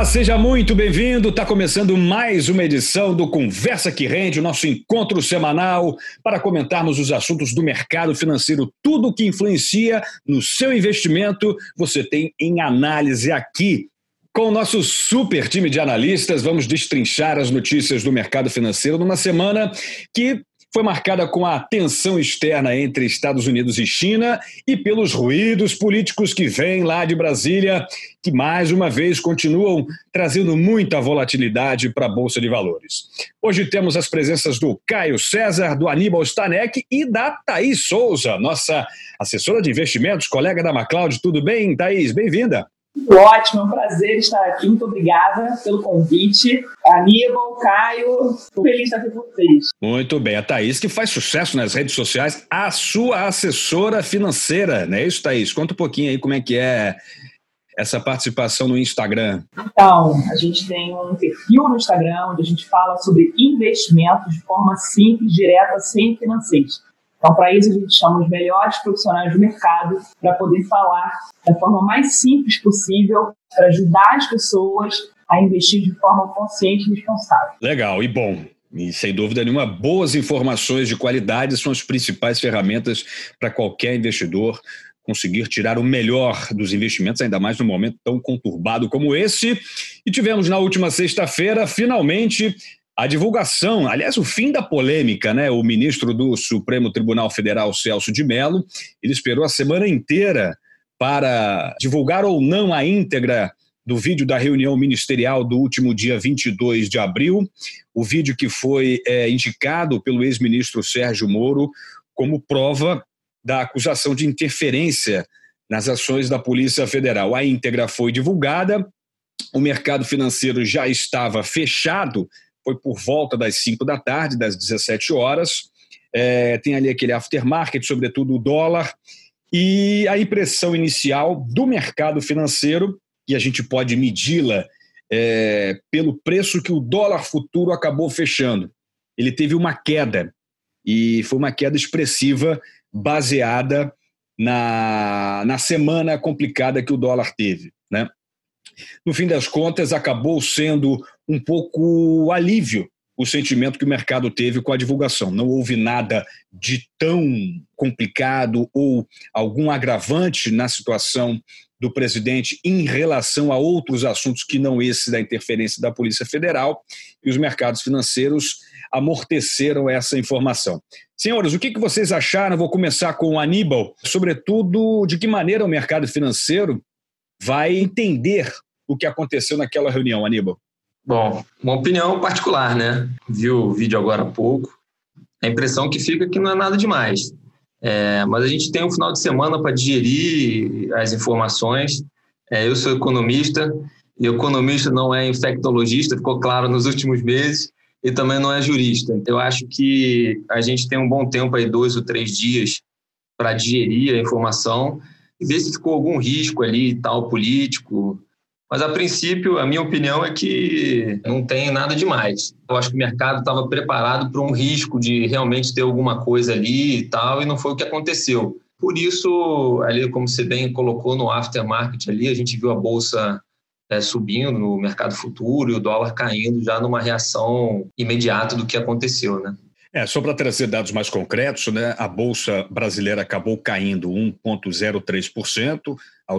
seja muito bem-vindo. Está começando mais uma edição do Conversa que Rende, o nosso encontro semanal para comentarmos os assuntos do mercado financeiro. Tudo que influencia no seu investimento, você tem em análise aqui. Com o nosso super time de analistas, vamos destrinchar as notícias do mercado financeiro numa semana que foi marcada com a tensão externa entre Estados Unidos e China e pelos ruídos políticos que vêm lá de Brasília, que mais uma vez continuam trazendo muita volatilidade para a Bolsa de Valores. Hoje temos as presenças do Caio César, do Aníbal Stanek e da Thaís Souza, nossa assessora de investimentos, colega da MacLeod. Tudo bem, Thaís? Bem-vinda. Ótimo, é um prazer estar aqui. Muito obrigada pelo convite. Aníbal, Caio, estou feliz de estar aqui com vocês. Muito bem. A Thaís, que faz sucesso nas redes sociais, a sua assessora financeira, não é isso, Thaís? Conta um pouquinho aí como é que é essa participação no Instagram. Então, a gente tem um perfil no Instagram onde a gente fala sobre investimentos de forma simples, direta, sem financeiros. Então, para isso, a gente chama os melhores profissionais do mercado para poder falar da forma mais simples possível para ajudar as pessoas a investir de forma consciente e responsável. Legal e bom. E, sem dúvida nenhuma, boas informações de qualidade são as principais ferramentas para qualquer investidor conseguir tirar o melhor dos investimentos, ainda mais num momento tão conturbado como esse. E tivemos na última sexta-feira, finalmente, a divulgação, aliás, o fim da polêmica, né? O ministro do Supremo Tribunal Federal, Celso de Mello, ele esperou a semana inteira para divulgar ou não a íntegra do vídeo da reunião ministerial do último dia 22 de abril, o vídeo que foi indicado pelo ex-ministro Sérgio Moro como prova da acusação de interferência nas ações da Polícia Federal. A íntegra foi divulgada, o mercado financeiro já estava fechado, foi por volta das 5 da tarde, das 17 horas. Tem ali aquele aftermarket, sobretudo o dólar, e a impressão inicial do mercado financeiro, e a gente pode medi-la pelo preço que o dólar futuro acabou fechando. Ele teve uma queda, e foi uma queda expressiva, baseada na semana complicada que o dólar teve, né? No fim das contas, acabou sendo um pouco alívio o sentimento que o mercado teve com a divulgação. Não houve nada de tão complicado ou algum agravante na situação do presidente em relação a outros assuntos que não esse da interferência da Polícia Federal, e os mercados financeiros amorteceram essa informação. Senhores, o que vocês acharam? Vou começar com o Aníbal, sobretudo de que maneira o mercado financeiro vai entender o que aconteceu naquela reunião, Aníbal. Bom, uma opinião particular, né? Vi o vídeo agora há pouco. A impressão que fica é que não é nada demais. Mas a gente tem um final de semana para digerir as informações. Eu sou economista, e economista não é infectologista, ficou claro nos últimos meses, e também não é jurista. Eu acho que a gente tem um bom tempo aí, 2 ou 3 dias, para digerir a informação e ver se ficou algum risco ali, tal, político. Mas, a princípio, a minha opinião é que não tem nada demais. Eu acho que o mercado estava preparado para um risco de realmente ter alguma coisa ali e tal, e não foi o que aconteceu. Por isso, ali, como você bem colocou no aftermarket ali, a gente viu a bolsa subindo no mercado futuro e o dólar caindo já numa reação imediata do que aconteceu, né? Só para trazer dados mais concretos, né, a Bolsa brasileira acabou caindo 1,03% aos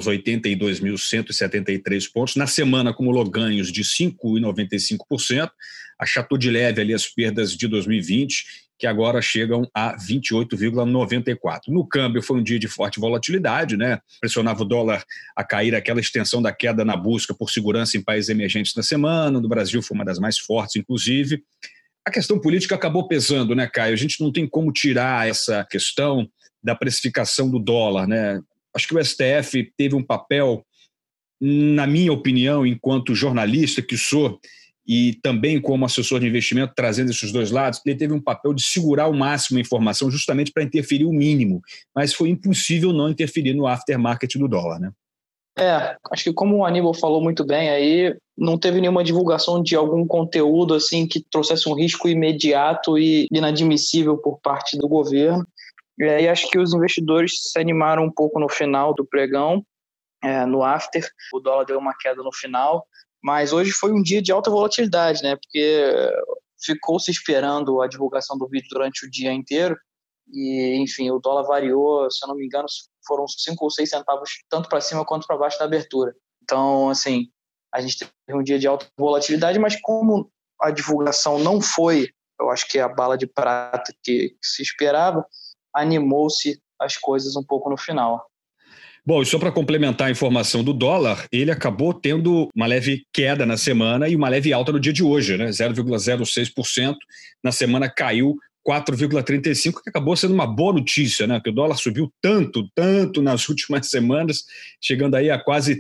82.173 pontos. Na semana acumulou ganhos de 5,95%, achatou de leve ali as perdas de 2020, que agora chegam a 28,94%. No câmbio foi um dia de forte volatilidade, né? Pressionava o dólar a cair, aquela extensão da queda na busca por segurança em países emergentes na semana. No Brasil foi uma das mais fortes, inclusive. A questão política acabou pesando, né, Caio? A gente não tem como tirar essa questão da precificação do dólar, né? Acho que o STF teve um papel, na minha opinião, enquanto jornalista que sou, e também como assessor de investimento, trazendo esses dois lados, ele teve um papel de segurar ao máximo a informação, justamente para interferir o mínimo. Mas foi impossível não interferir no aftermarket do dólar, né? Acho que como o Aníbal falou muito bem aí, não teve nenhuma divulgação de algum conteúdo assim que trouxesse um risco imediato e inadmissível por parte do governo. E aí acho que os investidores se animaram um pouco no final do pregão, no after. O dólar deu uma queda no final, Mas hoje foi um dia de alta volatilidade, né? Porque ficou se esperando a divulgação do vídeo durante o dia inteiro e, enfim, o dólar variou, se eu não me engano, foram 5 ou 6 centavos tanto para cima quanto para baixo da abertura. Então, assim, a gente teve um dia de alta volatilidade, mas como a divulgação não foi, eu acho que a bala de prata que se esperava, animou-se as coisas um pouco no final. Bom, e só para complementar a informação do dólar, ele acabou tendo uma leve queda na semana e uma leve alta no dia de hoje, né? 0,06%. Na semana caiu 4,35%, que acabou sendo uma boa notícia, né? Que o dólar subiu tanto nas últimas semanas, chegando aí a quase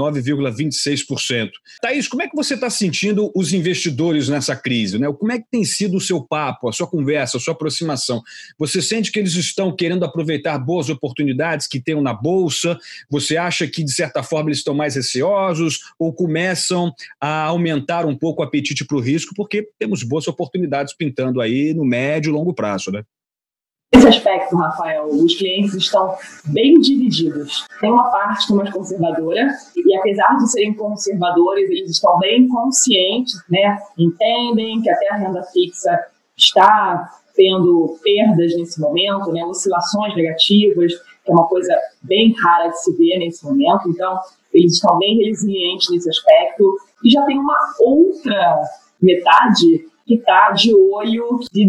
39,26%. Thaís, como é que você está sentindo os investidores nessa crise, né? Como é que tem sido o seu papo, a sua conversa, a sua aproximação? Você sente que eles estão querendo aproveitar boas oportunidades que tenham na Bolsa? Você acha que, de certa forma, eles estão mais receosos ou começam a aumentar um pouco o apetite para o risco, porque temos boas oportunidades pintando aí no médio e longo prazo, né? Nesse aspecto, Rafael, os clientes estão bem divididos. Tem uma parte que é mais conservadora e, apesar de serem conservadores, eles estão bem conscientes, né? Entendem que até a renda fixa está tendo perdas nesse momento, né? Oscilações negativas, que é uma coisa bem rara de se ver nesse momento. Então, eles estão bem resilientes nesse aspecto. E já tem uma outra metade que está de olho de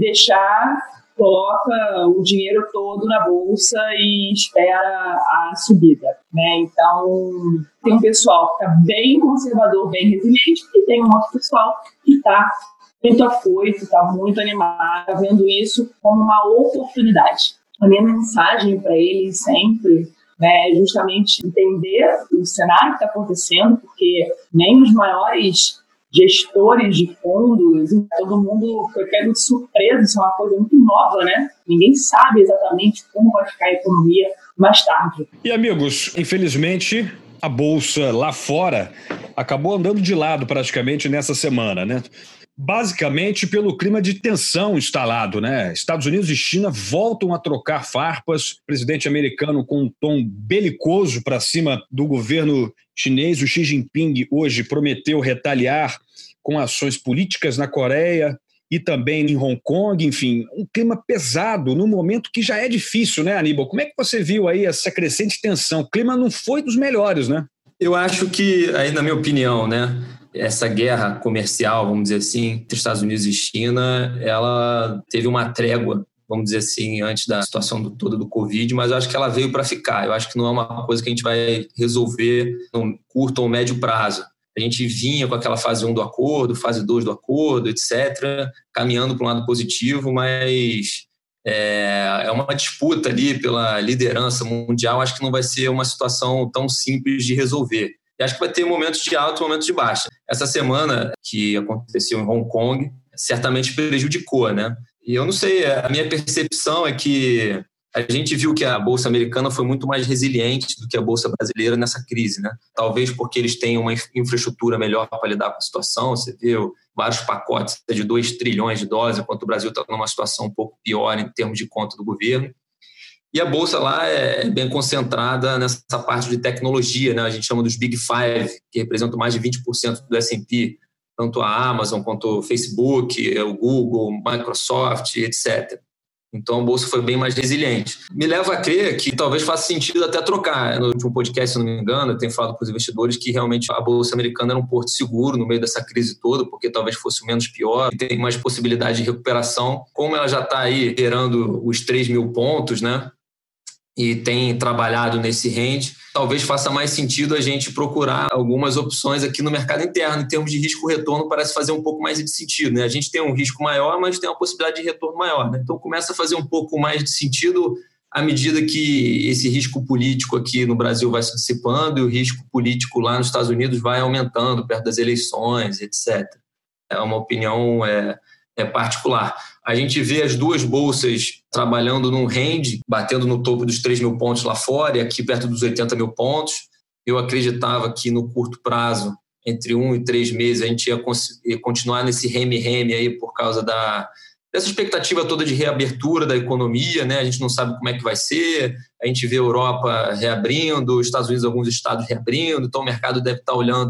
coloca o dinheiro todo na bolsa e espera a subida, né? Então, tem um pessoal que está bem conservador, bem resiliente, e tem um outro pessoal que está muito afoito, está muito animado, vendo isso como uma oportunidade. A minha mensagem para eles sempre, né, é justamente entender o cenário que está acontecendo, porque nem os maiores gestores de fundos, todo mundo foi pego de surpresa, isso é uma coisa muito nova, né? Ninguém sabe exatamente como vai ficar a economia mais tarde. E, amigos, infelizmente, a Bolsa lá fora acabou andando de lado praticamente nessa semana, né? Basicamente pelo clima de tensão instalado, né? Estados Unidos e China voltam a trocar farpas, o presidente americano com um tom belicoso para cima do governo chinês. O Xi Jinping hoje prometeu retaliar com ações políticas na Coreia e também em Hong Kong, enfim, um clima pesado no momento que já é difícil, né, Aníbal? Como é que você viu aí essa crescente tensão? O clima não foi dos melhores, né? Eu acho que, aí na minha opinião, né, essa guerra comercial, vamos dizer assim, entre Estados Unidos e China, ela teve uma trégua, vamos dizer assim, antes da situação toda do Covid, mas eu acho que ela veio para ficar. Eu acho que não é uma coisa que a gente vai resolver no curto ou médio prazo. A gente vinha com aquela fase 1 do acordo, fase 2 do acordo, etc., caminhando para um lado positivo, mas é uma disputa ali pela liderança mundial. Acho que não vai ser uma situação tão simples de resolver. E acho que vai ter momentos de alta e momentos de baixa. Essa semana que aconteceu em Hong Kong certamente prejudicou, né? E eu não sei, a minha percepção é que a gente viu que a Bolsa americana foi muito mais resiliente do que a Bolsa brasileira nessa crise, né? Talvez porque eles têm uma infraestrutura melhor para lidar com a situação. Você viu vários pacotes de 2 trilhões de dólares, enquanto o Brasil está numa situação um pouco pior em termos de conta do governo. E a Bolsa lá é bem concentrada nessa parte de tecnologia, né? A gente chama dos Big Five, que representam mais de 20% do S&P, tanto a Amazon quanto o Facebook, o Google, Microsoft, etc. Então a Bolsa foi bem mais resiliente. Me leva a crer que talvez faça sentido até trocar. No último podcast, se não me engano, eu tenho falado para os investidores que realmente a Bolsa americana era um porto seguro no meio dessa crise toda, porque talvez fosse o menos pior e tem mais possibilidade de recuperação. Como ela já está aí gerando os 3.000 pontos, né? E tem trabalhado nesse range, talvez faça mais sentido a gente procurar algumas opções aqui no mercado interno. Em termos de risco-retorno, parece fazer um pouco mais de sentido, né? A gente tem um risco maior, mas tem uma possibilidade de retorno maior, né? Então começa a fazer um pouco mais de sentido à medida que esse risco político aqui no Brasil vai se dissipando e o risco político lá nos Estados Unidos vai aumentando perto das eleições, etc. É uma opinião particular. A gente vê as duas bolsas trabalhando num range, batendo no topo dos 3.000 pontos lá fora e aqui perto dos 80.000 pontos. Eu acreditava que no curto prazo, entre 1 e 3 meses, a gente ia continuar nesse reme-reme aí por causa dessa expectativa toda de reabertura da economia, né? A gente não sabe como é que vai ser, a gente vê a Europa reabrindo, os Estados Unidos, alguns estados reabrindo, então o mercado deve estar olhando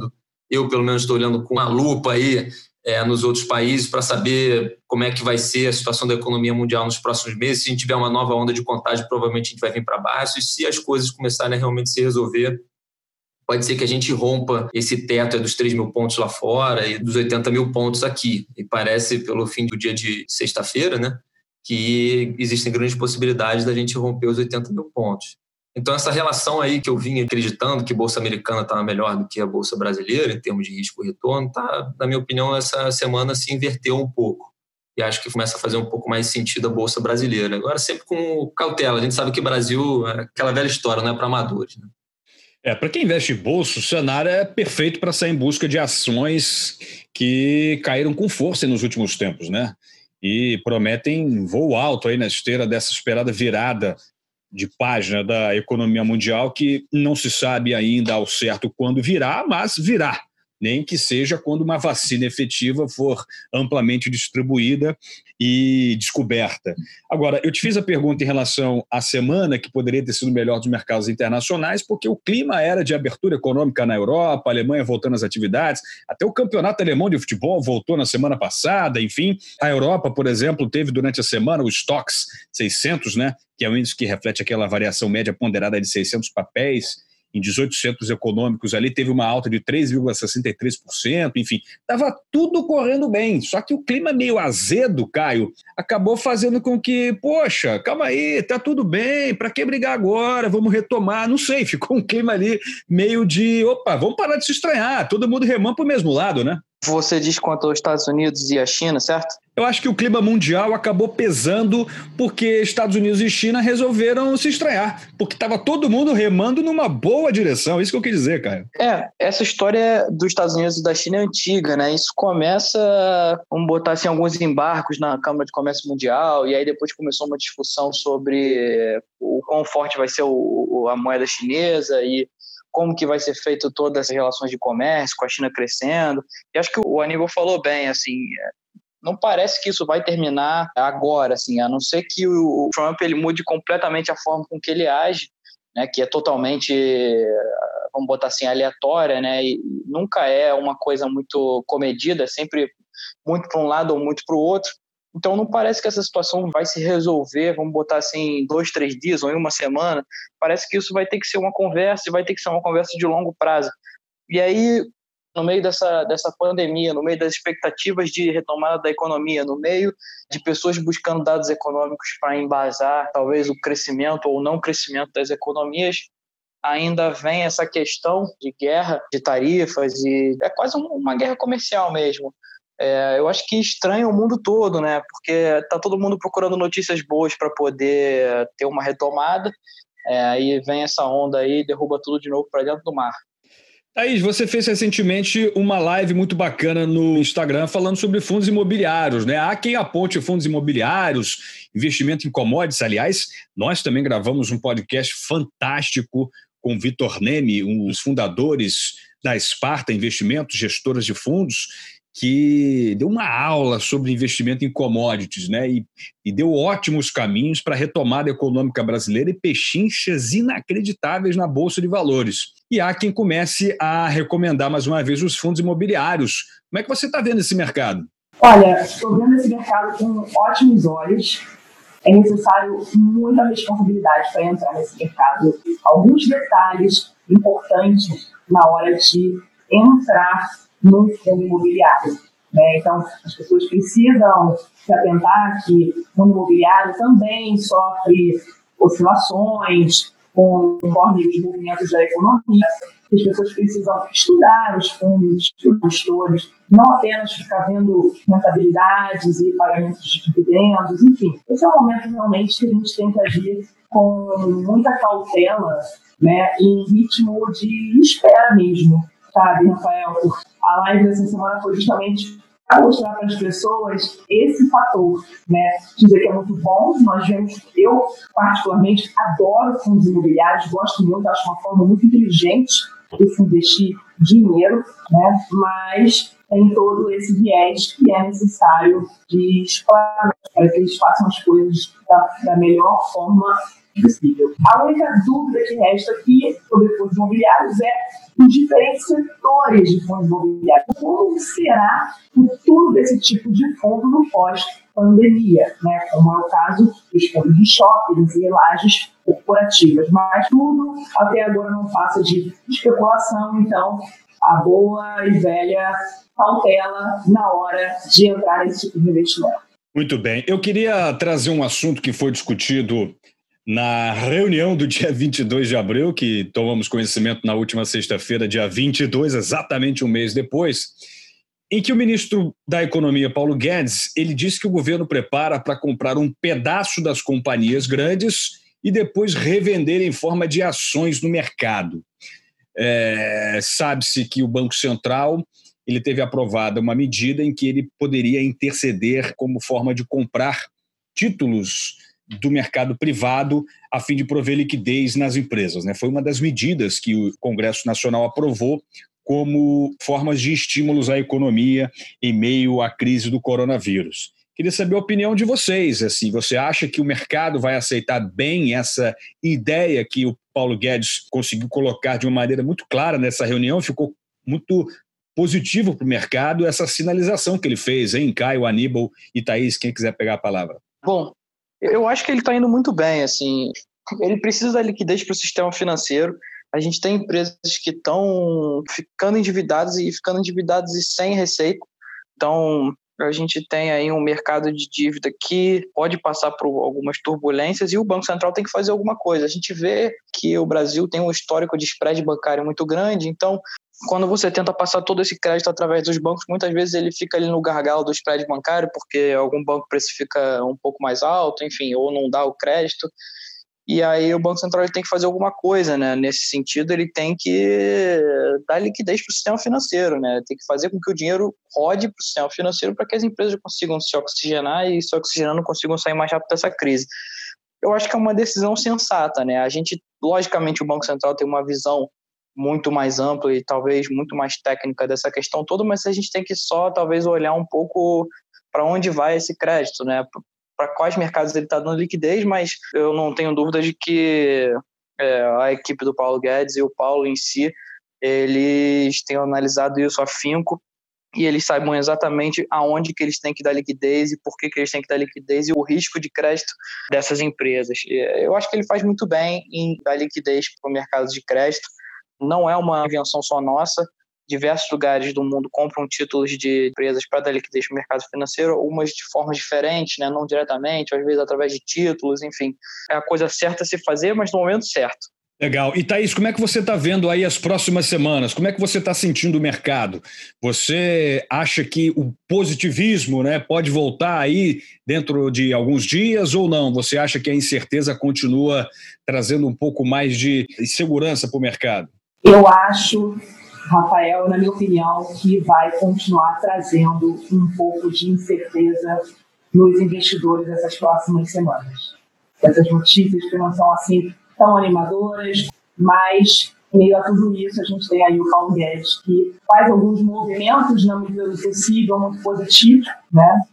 Eu, pelo menos, estou olhando com uma lupa aí nos outros países para saber como é que vai ser a situação da economia mundial nos próximos meses. Se a gente tiver uma nova onda de contágio, provavelmente a gente vai vir para baixo. E se as coisas começarem a realmente se resolver, pode ser que a gente rompa esse teto dos 3 mil pontos lá fora e dos 80 mil pontos aqui. E parece, pelo fim do dia de sexta-feira, né, que existem grandes possibilidades da gente romper os 80 mil pontos. Então, essa relação aí que eu vim acreditando que a Bolsa Americana estava melhor do que a Bolsa Brasileira, em termos de risco e retorno, na minha opinião, essa semana se inverteu um pouco. E acho que começa a fazer um pouco mais sentido a Bolsa Brasileira. Agora, sempre com cautela. A gente sabe que o Brasil é aquela velha história, não é para amadores, né? Para quem investe em bolsa, o cenário é perfeito para sair em busca de ações que caíram com força nos últimos tempos, né? E prometem voo alto aí na esteira dessa esperada virada de página da economia mundial, que não se sabe ainda ao certo quando virá, mas virá, nem que seja quando uma vacina efetiva for amplamente distribuída e descoberta. Agora, eu te fiz a pergunta em relação à semana, que poderia ter sido melhor dos mercados internacionais, porque o clima era de abertura econômica na Europa, a Alemanha voltando às atividades, até o campeonato alemão de futebol voltou na semana passada, enfim. A Europa, por exemplo, teve durante a semana o Stoxx 600, né, que é um índice que reflete aquela variação média ponderada de 600 papéis, em 18 centros econômicos ali, teve uma alta de 3,63%, enfim, estava tudo correndo bem, só que o clima meio azedo, Caio, acabou fazendo com que, poxa, calma aí, tá tudo bem, para que brigar agora, vamos retomar, não sei, ficou um clima ali meio de, opa, vamos parar de se estranhar, todo mundo remando para o mesmo lado, né? Você diz quanto aos Estados Unidos e a China, certo? Eu acho que o clima mundial acabou pesando porque Estados Unidos e China resolveram se estranhar, porque estava todo mundo remando numa boa direção, isso que eu quis dizer, Caio. Essa história dos Estados Unidos e da China é antiga, né? Isso começa, vamos botar assim, alguns embargos na Câmara de Comércio Mundial, e aí depois começou uma discussão sobre o quão forte vai ser a moeda chinesa e como que vai ser feito todas essas relações de comércio, com a China crescendo. E acho que o Aníbal falou bem, assim, não parece que isso vai terminar agora, assim, a não ser que o Trump ele mude completamente a forma com que ele age, né, que é totalmente, vamos botar assim, aleatória, né, e nunca é uma coisa muito comedida, é sempre muito para um lado ou muito para o outro. Então não parece que essa situação vai se resolver, vamos botar assim, em 2, 3 dias ou em uma semana. Parece que isso vai ter que ser uma conversa e vai ter que ser uma conversa de longo prazo. E aí, no meio dessa pandemia, no meio das expectativas de retomada da economia, no meio de pessoas buscando dados econômicos para embasar talvez o crescimento ou não crescimento das economias, ainda vem essa questão de guerra, de tarifas, e é quase uma guerra comercial mesmo. Eu acho que estranha o mundo todo, né? Porque está todo mundo procurando notícias boas para poder ter uma retomada, aí vem essa onda aí e derruba tudo de novo para dentro do mar. Thaís, você fez recentemente uma live muito bacana no Instagram falando sobre fundos imobiliários, né? Há quem aponte fundos imobiliários, investimento em commodities. Aliás, nós também gravamos um podcast fantástico com o Vitor Neme, um dos fundadores da Esparta Investimentos, gestoras de fundos, que deu uma aula sobre investimento em commodities, né? E deu ótimos caminhos para a retomada econômica brasileira e pechinchas inacreditáveis na Bolsa de Valores. E há quem comece a recomendar mais uma vez os fundos imobiliários. Como é que você está vendo esse mercado? Olha, estou vendo esse mercado com ótimos olhos. É necessário muita responsabilidade para entrar nesse mercado. Alguns detalhes importantes na hora de entrar no fundo imobiliário, né? Então, as pessoas precisam se atentar que o fundo imobiliário também sofre oscilações conforme os movimentos da economia. As pessoas precisam estudar os fundos, os gestores, não apenas ficar vendo rentabilidades e pagamentos de dividendos, enfim. Esse é um momento realmente que a gente tem que agir com muita cautela, né, em ritmo de espera mesmo, sabe, Rafael? A live dessa semana foi justamente para mostrar para as pessoas esse fator, né? Dizer que é muito bom. Nós vemos, eu particularmente adoro fundos imobiliários, gosto muito, acho uma forma muito inteligente de se investir dinheiro, né? Mas tem todo esse viés que é necessário de explorar para que eles façam as coisas da melhor forma possível. A única dúvida que resta aqui sobre fundos imobiliários é os diferentes setores de fundos imobiliários. Como será o futuro desse tipo de fundo no pós-pandemia, né? Como é o caso dos fundos de shoppings e lajes corporativas. Mas tudo até agora não passa de especulação, então a boa e velha cautela na hora de entrar nesse tipo de investimento. Muito bem. Eu queria trazer um assunto que foi discutido na reunião do dia 22 de abril, que tomamos conhecimento na última sexta-feira, dia 22, exatamente um mês depois, em que o ministro da Economia, Paulo Guedes, ele disse que o governo prepara para comprar um pedaço das companhias grandes e depois revender em forma de ações no mercado. Sabe-se que o Banco Central ele teve aprovada uma medida em que ele poderia interceder como forma de comprar títulos do mercado privado a fim de prover liquidez nas empresas, né? Foi uma das medidas que o Congresso Nacional aprovou como formas de estímulos à economia em meio à crise do coronavírus. Queria saber a opinião de vocês. Assim, você acha que o mercado vai aceitar bem essa ideia que o Paulo Guedes conseguiu colocar de uma maneira muito clara nessa reunião? Ficou muito positivo para o mercado essa sinalização que ele fez, hein? Caio, Aníbal e Thaís, quem quiser pegar a palavra. Bom, eu acho que ele está indo muito bem. Assim, ele precisa da liquidez para o sistema financeiro. A gente tem empresas que estão ficando endividadas e sem receita. Então, a gente tem aí um mercado de dívida que pode passar por algumas turbulências e o Banco Central tem que fazer alguma coisa. A gente vê que o Brasil tem um histórico de spread bancário muito grande, então quando você tenta passar todo esse crédito através dos bancos, muitas vezes ele fica ali no gargalo do spread bancário porque algum banco precifica um pouco mais alto, enfim, ou não dá o crédito. E aí o Banco Central ele tem que fazer alguma coisa, né? Nesse sentido, ele tem que dar liquidez para o sistema financeiro, né? Tem que fazer com que o dinheiro rode para o sistema financeiro para que as empresas consigam se oxigenar e, se oxigenando, consigam sair mais rápido dessa crise. Eu acho que é uma decisão sensata, né? A gente, logicamente, o Banco Central tem uma visão muito mais ampla e talvez muito mais técnica dessa questão toda, mas a gente tem que só, talvez, olhar um pouco para onde vai esse crédito, né? Para quais mercados ele está dando liquidez, mas eu não tenho dúvida de que a equipe do Paulo Guedes e o Paulo em si, eles tenham analisado isso afinco e eles saibam exatamente aonde que eles têm que dar liquidez e por que eles têm que dar liquidez e o risco de crédito dessas empresas. Eu acho que ele faz muito bem em dar liquidez para o mercado de crédito. Não é uma invenção só nossa. Diversos lugares do mundo compram títulos de empresas para dar liquidez para o mercado financeiro, algumas de formas diferentes, né? Não diretamente, às vezes através de títulos, enfim. É a coisa certa a se fazer, mas no momento certo. Legal. E Thaís, como é que você está vendo aí as próximas semanas? Como é que você está sentindo o mercado? Você acha que o positivismo, né, pode voltar aí dentro de alguns dias ou não? Você acha que a incerteza continua trazendo um pouco mais de segurança para o mercado? Eu acho, Rafael, na minha opinião, que vai continuar trazendo um pouco de incerteza nos investidores essas próximas semanas. Essas notícias que não são assim tão animadoras, mas em meio a tudo isso a gente tem aí o Paulo Guedes, que faz alguns movimentos na medida do possível muito positivos, né?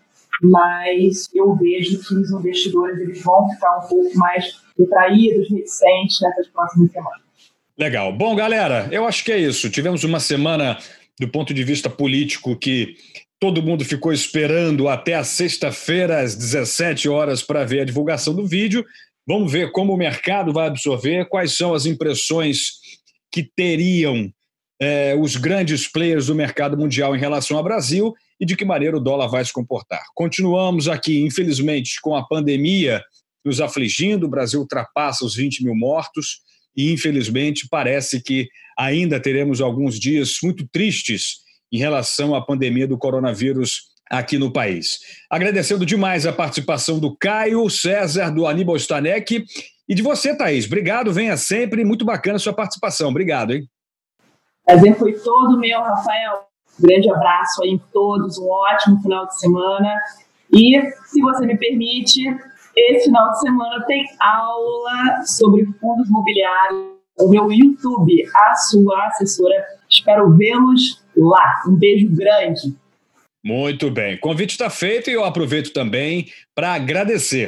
Mas eu vejo que os investidores eles vão ficar um pouco mais retraídos, reticentes nessas próximas semanas. Legal. Bom, galera, eu acho que é isso. Tivemos uma semana, do ponto de vista político, que todo mundo ficou esperando até a sexta-feira, às 17 horas, para ver a divulgação do vídeo. Vamos ver como o mercado vai absorver, quais são as impressões que teriam os grandes players do mercado mundial em relação ao Brasil e de que maneira o dólar vai se comportar. Continuamos aqui, infelizmente, com a pandemia nos afligindo. O Brasil ultrapassa os 20 mil mortos. E, infelizmente, parece que ainda teremos alguns dias muito tristes em relação à pandemia do coronavírus aqui no país. Agradecendo demais a participação do Caio, César, do Aníbal Stanek e de você, Thaís. Obrigado, venha sempre. Muito bacana a sua participação. Obrigado, hein? O prazer foi todo meu, Rafael. Um grande abraço aí em todos, um ótimo final de semana. E, se você me permite, esse final de semana tem aula sobre fundos imobiliários no meu YouTube, a sua assessora. Espero vê-los lá. Um beijo grande. Muito bem. O convite está feito e eu aproveito também para agradecer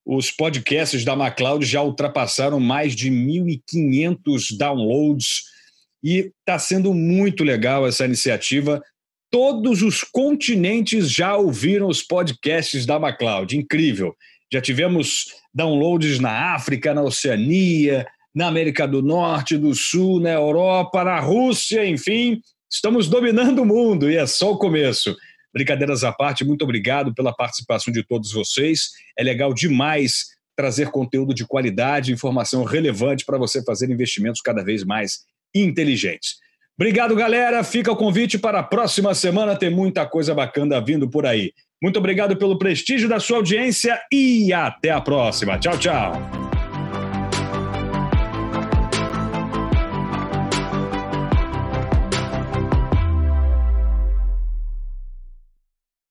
os podcasts da MacLeod já ultrapassaram mais de 1.500 downloads e está sendo muito legal essa iniciativa. Todos os continentes já ouviram os podcasts da MacLeod, incrível. Já tivemos downloads na África, na Oceania, na América do Norte, do Sul, na Europa, na Rússia, enfim, estamos dominando o mundo e é só o começo. Brincadeiras à parte, muito obrigado pela participação de todos vocês. É legal demais trazer conteúdo de qualidade, informação relevante para você fazer investimentos cada vez mais inteligentes. Obrigado, galera. Fica o convite para a próxima semana. Tem muita coisa bacana vindo por aí. Muito obrigado pelo prestígio da sua audiência e até a próxima. Tchau, tchau.